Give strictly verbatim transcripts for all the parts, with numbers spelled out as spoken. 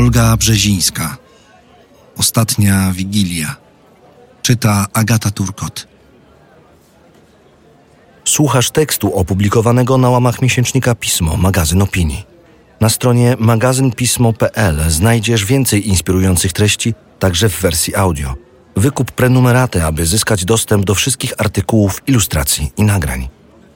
Olga Brzezińska. Ostatnia Wigilia. Czyta Agata Turkot. Słuchasz tekstu opublikowanego na łamach miesięcznika Pismo, magazyn opinii. Na stronie magazyn pismo kropka p l znajdziesz więcej inspirujących treści, także w wersji audio. Wykup prenumeratę, aby zyskać dostęp do wszystkich artykułów, ilustracji i nagrań.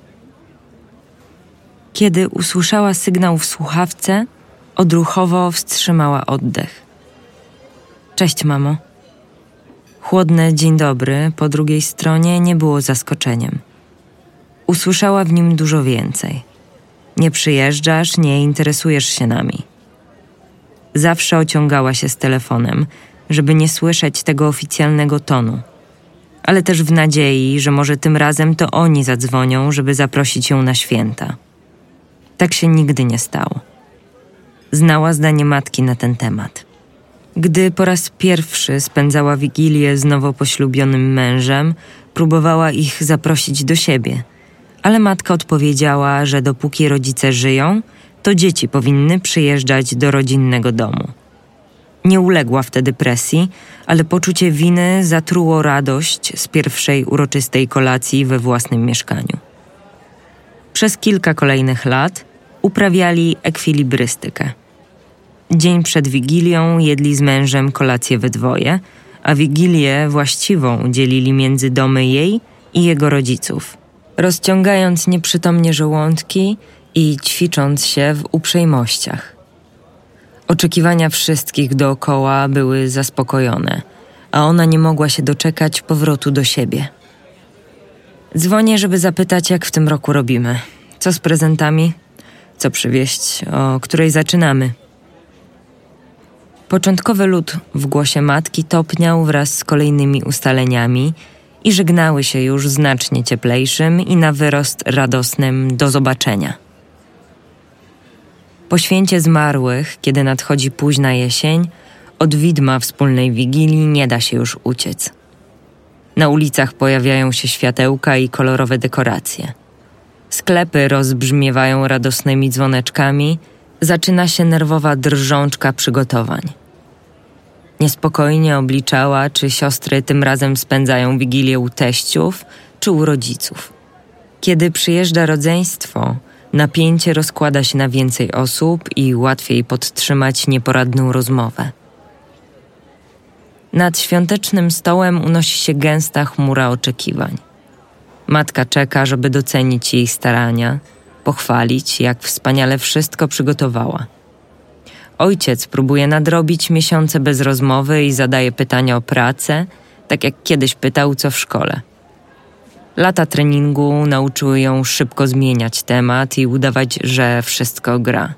Kiedy usłyszała sygnał w słuchawce, odruchowo wstrzymała oddech. Cześć, mamo. Chłodne dzień dobry po drugiej stronie nie było zaskoczeniem. Usłyszała w nim dużo więcej. Nie przyjeżdżasz, nie interesujesz się nami. Zawsze ociągała się z telefonem, żeby nie słyszeć tego oficjalnego tonu, ale też w nadziei, że może tym razem to oni zadzwonią, żeby zaprosić ją na święta. Tak się nigdy nie stało. Znała zdanie matki na ten temat. Gdy po raz pierwszy spędzała Wigilię z nowo poślubionym mężem, próbowała ich zaprosić do siebie, ale matka odpowiedziała, że dopóki rodzice żyją, to dzieci powinny przyjeżdżać do rodzinnego domu. Nie uległa wtedy presji, ale poczucie winy zatruło radość z pierwszej uroczystej kolacji we własnym mieszkaniu. Przez kilka kolejnych lat uprawiali ekwilibrystykę. Dzień przed Wigilią jedli z mężem kolację we dwoje, a Wigilię właściwą dzielili między domy jej i jego rodziców, rozciągając nieprzytomnie żołądki i ćwicząc się w uprzejmościach. Oczekiwania wszystkich dookoła były zaspokojone, a ona nie mogła się doczekać powrotu do siebie. Dzwonię, żeby zapytać, jak w tym roku robimy. Co z prezentami? Co przywieźć? O której zaczynamy? Początkowy lód w głosie matki topniał wraz z kolejnymi ustaleniami i żegnały się już znacznie cieplejszym i na wyrost radosnym do zobaczenia. Po święcie zmarłych, kiedy nadchodzi późna jesień, od widma wspólnej Wigilii nie da się już uciec. Na ulicach pojawiają się światełka i kolorowe dekoracje. Sklepy rozbrzmiewają radosnymi dzwoneczkami, zaczyna się nerwowa drżączka przygotowań. Niespokojnie obliczała, czy siostry tym razem spędzają Wigilię u teściów, czy u rodziców. Kiedy przyjeżdża rodzeństwo, napięcie rozkłada się na więcej osób i łatwiej podtrzymać nieporadną rozmowę. Nad świątecznym stołem unosi się gęsta chmura oczekiwań. Matka czeka, żeby docenić jej starania, pochwalić, jak wspaniale wszystko przygotowała. Ojciec próbuje nadrobić miesiące bez rozmowy i zadaje pytania o pracę, tak jak kiedyś pytał, co w szkole. Lata treningu nauczyły ją szybko zmieniać temat i udawać, że wszystko gra.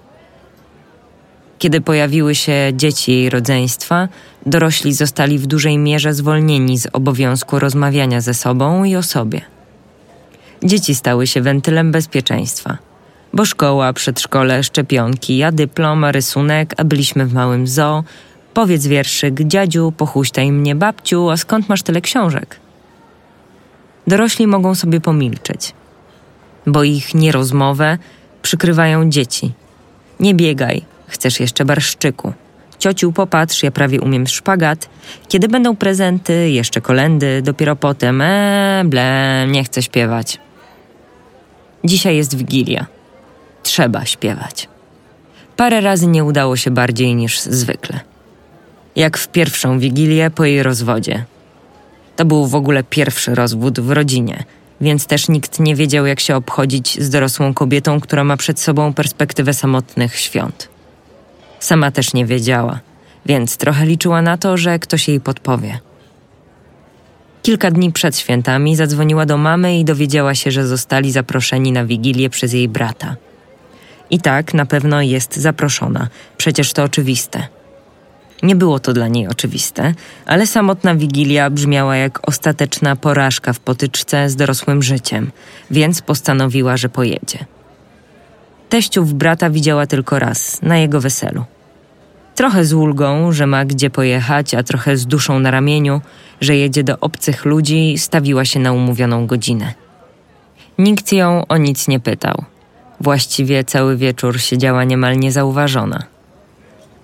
Kiedy pojawiły się dzieci jej rodzeństwa, dorośli zostali w dużej mierze zwolnieni z obowiązku rozmawiania ze sobą i o sobie. Dzieci stały się wentylem bezpieczeństwa, bo szkoła, przedszkole, szczepionki, a dyplom, a rysunek, a byliśmy w małym zoo, powiedz wierszyk, dziadziu, pochuśtaj mnie, babciu, a skąd masz tyle książek? Dorośli mogą sobie pomilczeć, bo ich nierozmowę przykrywają dzieci. Nie biegaj, chcesz jeszcze barszczyku. Ciociu, popatrz, ja prawie umiem szpagat. Kiedy będą prezenty, jeszcze kolędy, dopiero potem, eee, ble, nie chcę śpiewać. Dzisiaj jest Wigilia. Trzeba śpiewać. Parę razy nie udało się bardziej niż zwykle. Jak w pierwszą Wigilię po jej rozwodzie. To był w ogóle pierwszy rozwód w rodzinie, więc też nikt nie wiedział, jak się obchodzić z dorosłą kobietą, która ma przed sobą perspektywę samotnych świąt. Sama też nie wiedziała, więc trochę liczyła na to, że ktoś jej podpowie. Kilka dni przed świętami zadzwoniła do mamy i dowiedziała się, że zostali zaproszeni na Wigilię przez jej brata. I tak na pewno jest zaproszona, przecież to oczywiste. Nie było to dla niej oczywiste, ale samotna Wigilia brzmiała jak ostateczna porażka w potyczce z dorosłym życiem, więc postanowiła, że pojedzie. Teściów brata widziała tylko raz, na jego weselu. Trochę z ulgą, że ma gdzie pojechać, a trochę z duszą na ramieniu, że jedzie do obcych ludzi, stawiła się na umówioną godzinę. Nikt ją o nic nie pytał. Właściwie cały wieczór siedziała niemal niezauważona.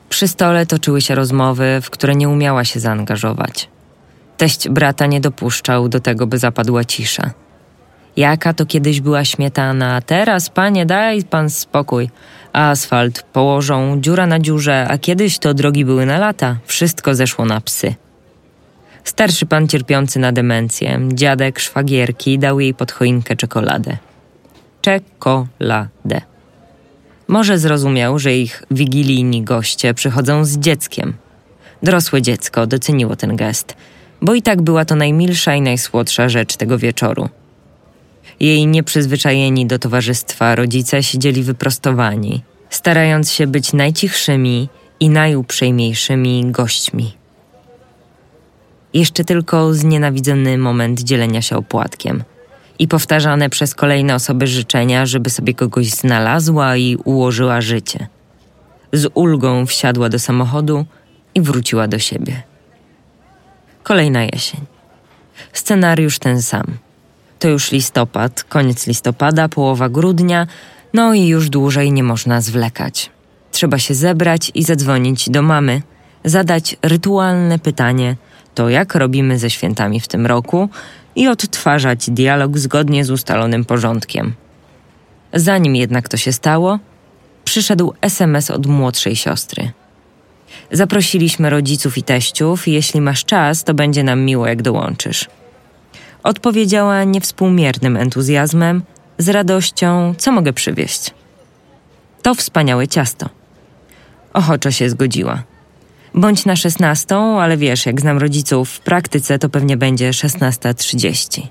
Przy stole toczyły się rozmowy, w które nie umiała się zaangażować. Teść brata nie dopuszczał do tego, by zapadła cisza. Jaka to kiedyś była śmietana, teraz, panie, daj pan spokój. Asfalt położą, dziura na dziurze, a kiedyś to drogi były na lata, wszystko zeszło na psy. Starszy pan cierpiący na demencję, dziadek szwagierki, dał jej pod choinkę czekoladę. Czekoladę. Może zrozumiał, że ich wigilijni goście przychodzą z dzieckiem. Dorosłe dziecko doceniło ten gest, bo i tak była to najmilsza i najsłodsza rzecz tego wieczoru. Jej nieprzyzwyczajeni do towarzystwa rodzice siedzieli wyprostowani, starając się być najcichszymi i najuprzejmiejszymi gośćmi. Jeszcze tylko znienawidzony moment dzielenia się opłatkiem i powtarzane przez kolejne osoby życzenia, żeby sobie kogoś znalazła i ułożyła życie. Z ulgą wsiadła do samochodu i wróciła do siebie. Kolejna jesień. Scenariusz ten sam. To już listopad, koniec listopada, połowa grudnia, no i już dłużej nie można zwlekać. Trzeba się zebrać i zadzwonić do mamy, zadać rytualne pytanie, to jak robimy ze świętami w tym roku i odtwarzać dialog zgodnie z ustalonym porządkiem. Zanim jednak to się stało, przyszedł es em es od młodszej siostry. Zaprosiliśmy rodziców i teściów i jeśli masz czas, to będzie nam miło, jak dołączysz. Odpowiedziała niewspółmiernym entuzjazmem, z radością, co mogę przywieźć. To wspaniałe ciasto. Ochoczo się zgodziła. Bądź na szesnastą, ale wiesz, jak znam rodziców, w praktyce to pewnie będzie szesnasta trzydzieści.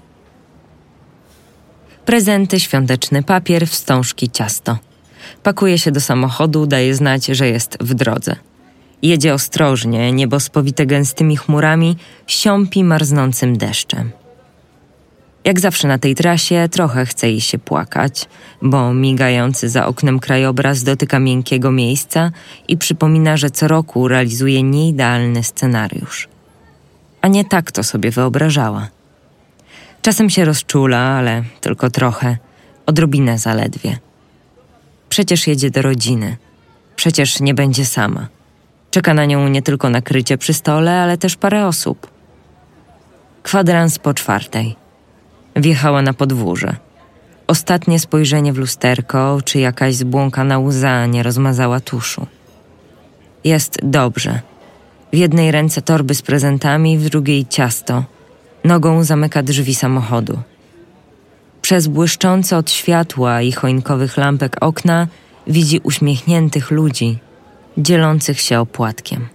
Prezenty, świąteczny papier, wstążki, ciasto. Pakuje się do samochodu, daje znać, że jest w drodze. Jedzie ostrożnie, niebo spowite gęstymi chmurami, siąpi marznącym deszczem. Jak zawsze na tej trasie trochę chce jej się płakać, bo migający za oknem krajobraz dotyka miękkiego miejsca i przypomina, że co roku realizuje nieidealny scenariusz. A nie tak to sobie wyobrażała. Czasem się rozczula, ale tylko trochę, odrobinę zaledwie. Przecież jedzie do rodziny. Przecież nie będzie sama. Czeka na nią nie tylko nakrycie przy stole, ale też parę osób. Kwadrans po czwartej. Wjechała na podwórze. Ostatnie spojrzenie w lusterko, czy jakaś zbłąkana łza nie rozmazała tuszu. Jest dobrze. W jednej ręce torby z prezentami, w drugiej ciasto. Nogą zamyka drzwi samochodu. Przez błyszczące od światła i choinkowych lampek okna widzi uśmiechniętych ludzi, dzielących się opłatkiem.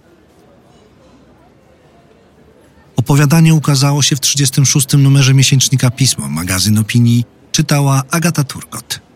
Opowiadanie ukazało się w trzydziestym szóstym numerze miesięcznika Pismo, magazyn opinii, czytała Agata Turkot.